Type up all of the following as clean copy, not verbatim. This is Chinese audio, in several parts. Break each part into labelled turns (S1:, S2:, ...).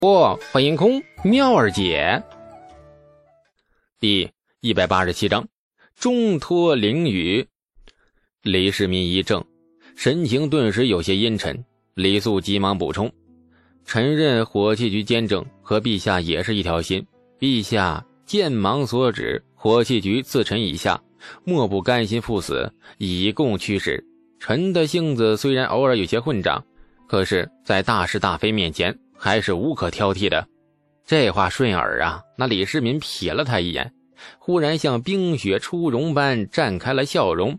S1: 欢迎空妙儿姐。第187章中托凌雨。李世民一怔，神情顿时有些阴沉。李肃急忙补充，臣任火器局监正，和陛下也是一条心，陛下剑芒所指，火器局自臣以下，莫不甘心赴死，以供驱使。臣的性子虽然偶尔有些混账，可是在大是大非面前还是无可挑剔的。这话顺耳啊，那李世民瞥了他一眼，忽然像冰雪初融般绽开了笑容。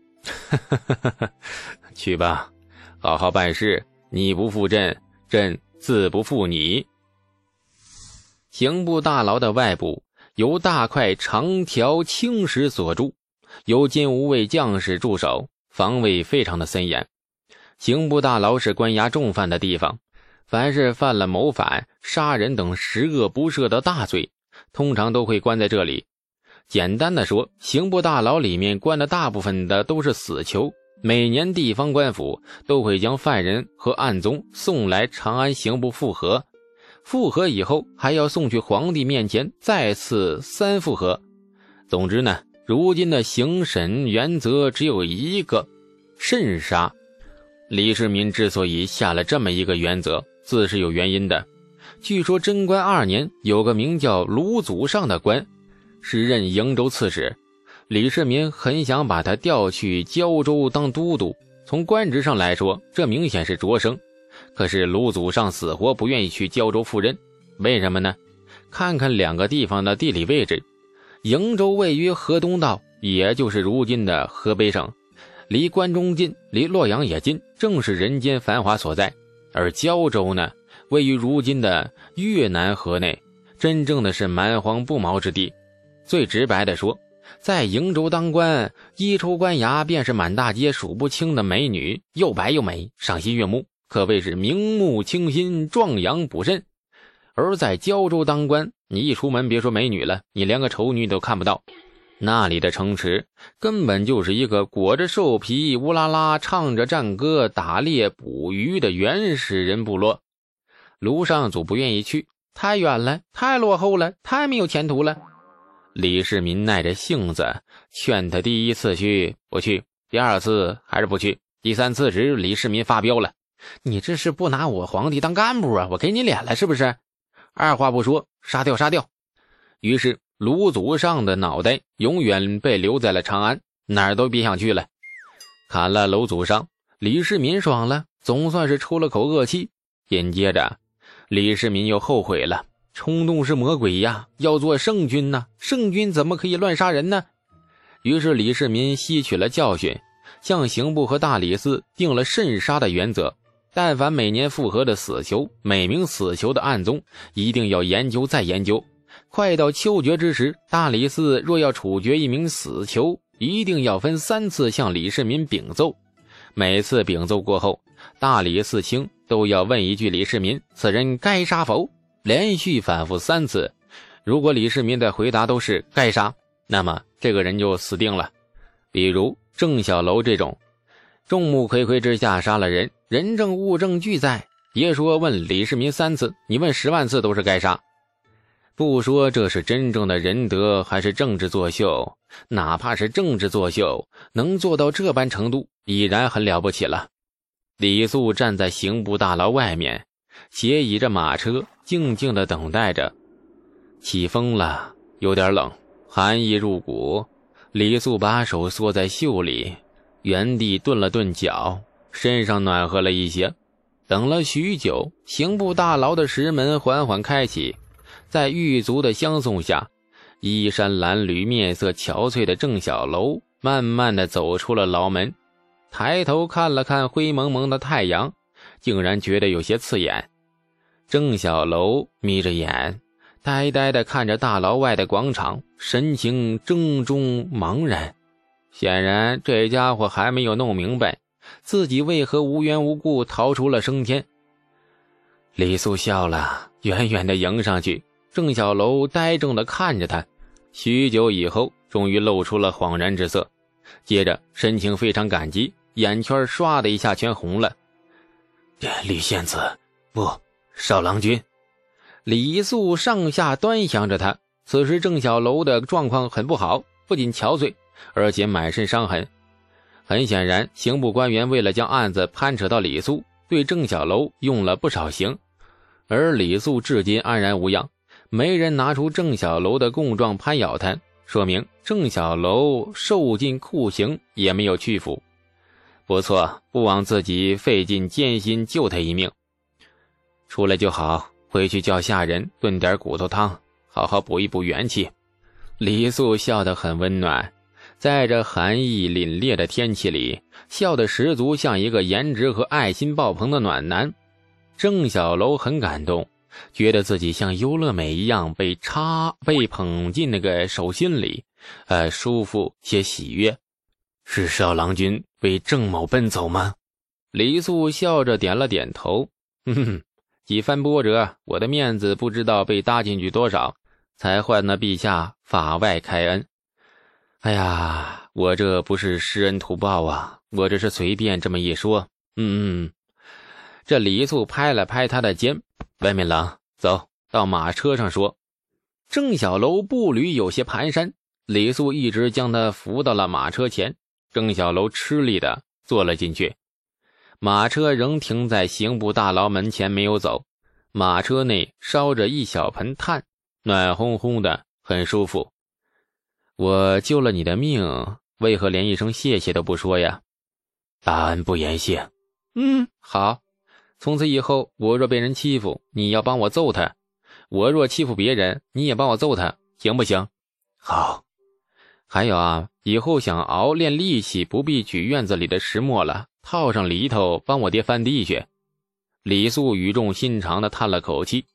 S1: 去吧，好好办事，你不负朕，朕自不负你。刑部大牢的外部由大块长条青石所筑，有近5位将士驻守，防卫非常的森严。刑部大牢是关押重犯的地方，凡是犯了谋反、杀人等十恶不赦的大罪，通常都会关在这里。简单的说，刑部大牢里面关的大部分的都是死囚，每年地方官府都会将犯人和案宗送来长安刑部复核，复核以后还要送去皇帝面前再次3复核。总之呢，如今的刑审原则只有一个，慎杀。李世民之所以下了这么一个原则，自是有原因的。据说贞观2年有个名叫卢祖尚的官，时任瀛州刺史，李世民很想把他调去胶州当都督，从官职上来说，这明显是擢升。可是卢祖尚死活不愿意去胶州赴任，为什么呢？看看2个地方的地理位置，瀛州位于河东道，也就是如今的河北省，离关中近，离洛阳也近，正是人间繁华所在。而胶州呢，位于如今的越南河内，真正的是蛮荒不毛之地。最直白的说，在瀛州当官，一出官衙便是满大街数不清的美女，又白又美，赏心悦目，可谓是明目清心，壮阳补肾。而在胶州当官，你一出门别说美女了，你连个丑女都看不到。那里的城池根本就是一个裹着兽皮，乌拉拉唱着战歌，打猎捕鱼的原始人部落。卢上祖不愿意去，太远了，太落后了，太没有前途了。李世民耐着性子劝他，第1次去不去，第2次还是不去，第3次时李世民发飙了，你这是不拿我皇帝当干部啊，我给你脸了是不是？二话不说，杀掉杀掉。于是卢祖尚的脑袋永远被留在了长安，哪儿都别想去了。砍了卢祖尚，李世民爽了，总算是出了口恶气。紧接着李世民又后悔了，冲动是魔鬼呀，要做圣君呢，圣君怎么可以乱杀人呢？于是李世民吸取了教训，向刑部和大理寺定了慎杀的原则，但凡每年复核的死囚，每名死囚的案宗一定要研究再研究。快到秋决之时，大理寺若要处决一名死囚，一定要分3次向李世民禀奏。每次禀奏过后，大理寺卿都要问一句李世民，此人该杀否？连续反复3次，如果李世民的回答都是该杀，那么这个人就死定了。比如郑小楼这种，众目睽睽之下杀了人，人证物证俱在，别说问李世民3次，你问10万次都是该杀。不说这是真正的仁德还是政治作秀，哪怕是政治作秀，能做到这般程度已然很了不起了。李肃站在刑部大牢外面，斜倚着马车，静静地等待着。起风了，有点冷，寒意入骨。李肃把手缩在袖里，原地顿了顿脚，身上暖和了一些。等了许久，刑部大牢的石门缓缓开启，在狱卒的相送下，衣衫褴褛、面色憔悴的郑小楼慢慢地走出了牢门，抬头看了看灰蒙蒙的太阳，竟然觉得有些刺眼。郑小楼眯着眼，呆呆地看着大牢外的广场，神情怔忡茫然。显然这家伙还没有弄明白自己为何无缘无故逃出了升天。李肃笑了，远远地迎上去，郑小楼呆怔地看着他，许久以后终于露出了恍然之色，接着神情非常感激，眼圈唰的一下全红了。吕献子，不，少郎君。 李素上下端详着他。此时郑小楼的状况很不好，不仅憔悴，而且满身伤痕。很显然，刑部官员为了将案子攀扯到李素，对郑小楼用了不少刑，而李素至今安然无恙，没人拿出郑小楼的供状攀咬他，说明郑小楼受尽酷刑也没有屈服。不错，不枉自己费尽艰辛救他一命。出来就好，回去叫下人炖点骨头汤，好好补一补元气。李素笑得很温暖，在这寒意凛冽的天气里，笑得十足像一个颜值和爱心爆棚的暖男。郑小楼很感动，觉得自己像优乐美一样被捧进那个手心里，舒服且喜悦。是少郎君为郑某奔走吗？李素笑着点了点头。几番波折，我的面子不知道被搭进去多少，才换了陛下法外开恩。哎呀，我这不是施恩图报啊，我这是随便这么一说。这李素拍了拍他的肩，外面冷，走到马车上说。郑小楼步履有些蹒跚，李素一直将他扶到了马车前，郑小楼吃力地坐了进去。马车仍停在刑部大牢门前没有走，马车内烧着一小盆炭，暖烘烘的，很舒服。我救了你的命，为何连一声谢谢都不说呀？大恩不言谢。好，从此以后我若被人欺负，你要帮我揍他，我若欺负别人，你也帮我揍他，行不行？好。还有啊，以后想熬练力气，不必取院子里的石磨了，套上犁头帮我爹翻地去。李素语重心长地叹了口气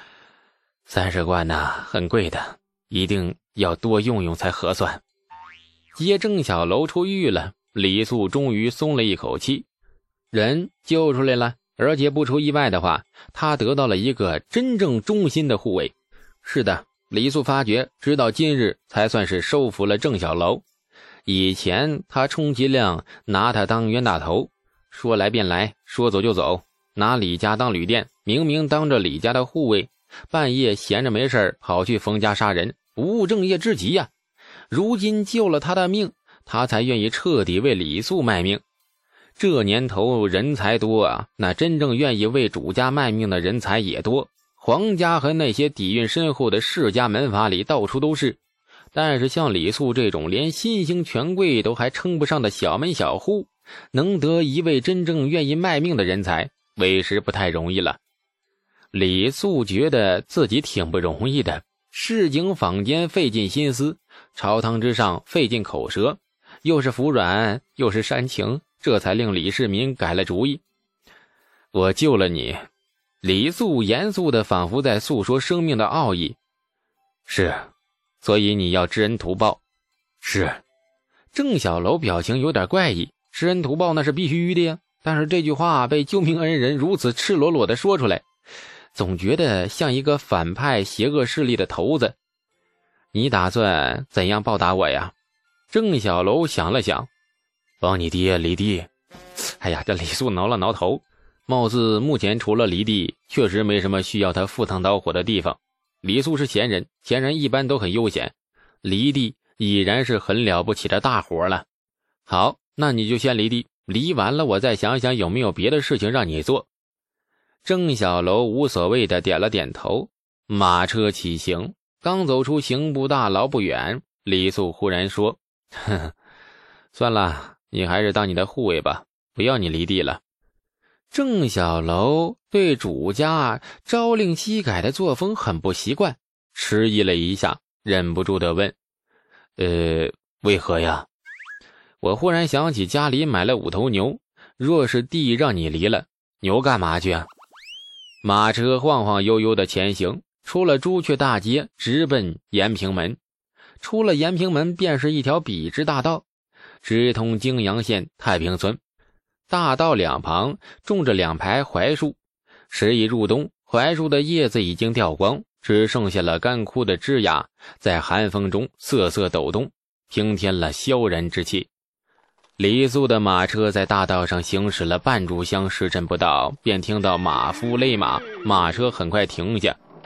S1: ，30贯呐，很贵的，一定要多用用才合算。接郑小楼出狱了，李素终于松了一口气，人救出来了，而且不出意外的话，他得到了一个真正忠心的护卫。是的，李素发觉直到今日才算是收服了郑小楼。以前他充其量拿他当冤大头，说来便来，说走就走，拿李家当旅店，明明当着李家的护卫，半夜闲着没事跑去冯家杀人，不务正业之极呀。如今救了他的命，他才愿意彻底为李素卖命。这年头人才多啊，那真正愿意为主家卖命的人才也多。皇家和那些底蕴深厚的世家门阀里到处都是，但是像李素这种连新兴权贵都还称不上的小门小户，能得一位真正愿意卖命的人才，委实不太容易了。李素觉得自己挺不容易的，市井坊间费尽心思，朝堂之上费尽口舌，又是服软又是煽情，这才令李世民改了主意。我救了你。李素严肃的仿佛在诉说生命的奥义。是，所以你要知恩图报。是。郑小楼表情有点怪异，知恩图报那是必须的呀，但是这句话被救命恩人如此赤裸裸地说出来，总觉得像一个反派邪恶势力的头子。你打算怎样报答我呀？郑小楼想了想，帮你爹犁地。哎呀，这李素挠了挠头，貌似目前除了犁地，确实没什么需要他赴汤蹈火的地方。李素是闲人，闲人一般都很悠闲，犁地已然是很了不起的大活了。好，那你就先犁地，犁完了我再想想有没有别的事情让你做。郑小楼无所谓的点了点头。马车起行，刚走出刑部大牢不远，李素忽然说，算了，你还是当你的护卫吧，不要你犁地了。郑小楼对主家朝令夕改的作风很不习惯，迟疑了一下，忍不住地问，为何呀？我忽然想起家里买了5头牛，若是地让你犁了，牛干嘛去啊？马车晃晃悠悠的前行，出了朱雀大街，直奔延平门。出了延平门便是一条笔直大道，直通泾阳县太平村。大道两旁种着2排槐树，时已入冬，槐树的叶子已经掉光，只剩下了干枯的枝桠，在寒风中瑟瑟抖动，平添了萧然之气。李素的马车在大道上行驶了半炷香时辰不到，便听到马夫勒马，马车很快停下。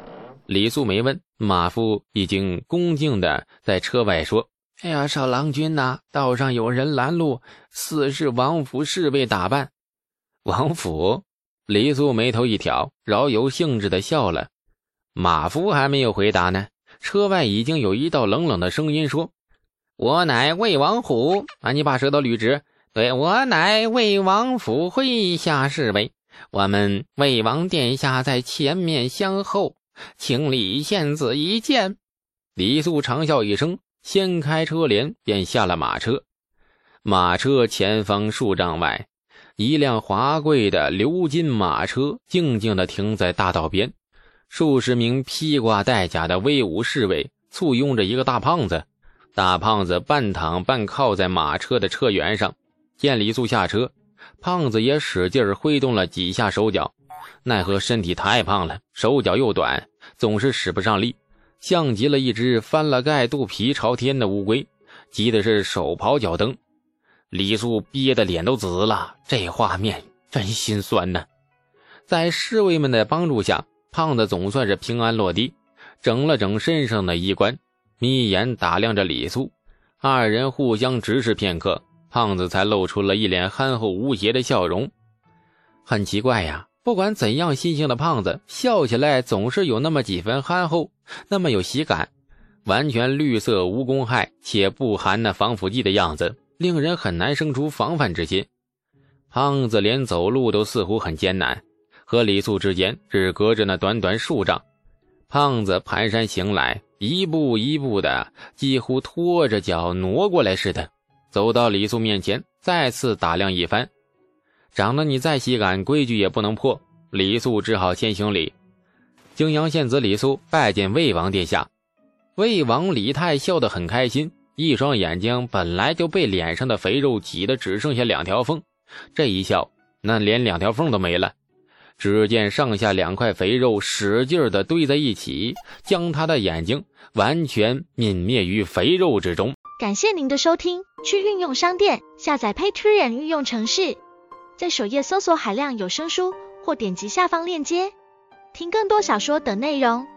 S1: 李肃没问，马夫已经恭敬地在车外说：“哎呀，少郎君呐，道上有人拦路，似是王府侍卫打扮。”王府？李肃眉头一挑，饶有兴致地笑了。马夫还没有回答呢，车外已经有一道冷冷的声音说：“我乃魏王虎啊，你把舌头捋直。对，我乃魏王府麾下侍卫，我们魏王殿下在前面相候，请李献子一见。”李肃长笑一声，掀开车帘便下了马车。马车前方数丈外，一辆华贵的鎏金马车静静地停在大道边，数十名披挂戴甲的威武侍卫簇拥着一个大胖子。大胖子半躺半靠在马车的车辕上，见李肃下车，胖子也使劲挥动了几下手脚，奈何身体太胖了，手脚又短，总是使不上力，像极了一只翻了盖肚皮朝天的乌龟，急的是手刨脚蹬。李肃憋得脸都紫了，这画面真心酸呢。在侍卫们的帮助下，胖子总算是平安落地，整了整身上的衣冠，眯眼打量着李肃。二人互相直视片刻，胖子才露出了一脸憨厚无邪的笑容。很奇怪呀，不管怎样心性的胖子，笑起来总是有那么几分憨厚，那么有喜感，完全绿色无公害且不含那防腐剂的样子，令人很难生出防范之心。胖子连走路都似乎很艰难，和李肃之间只隔着那短短数丈。胖子蹒跚行来，一步一步的，几乎拖着脚挪过来似的，走到李肃面前，再次打量一番。长得你再喜感，规矩也不能破，李肃只好先行礼。泾阳县子李肃拜见魏王殿下。魏王李泰笑得很开心，一双眼睛本来就被脸上的肥肉挤得只剩下2条缝，这一笑，那连2条缝都没了。只见上下2块肥肉使劲地堆在一起，将他的眼睛完全泯灭于肥肉之中。
S2: 感谢您的收听，去运用商店下载 Patreon 运用程式，在首页搜索海量有声书，或点击下方链接听更多小说等内容。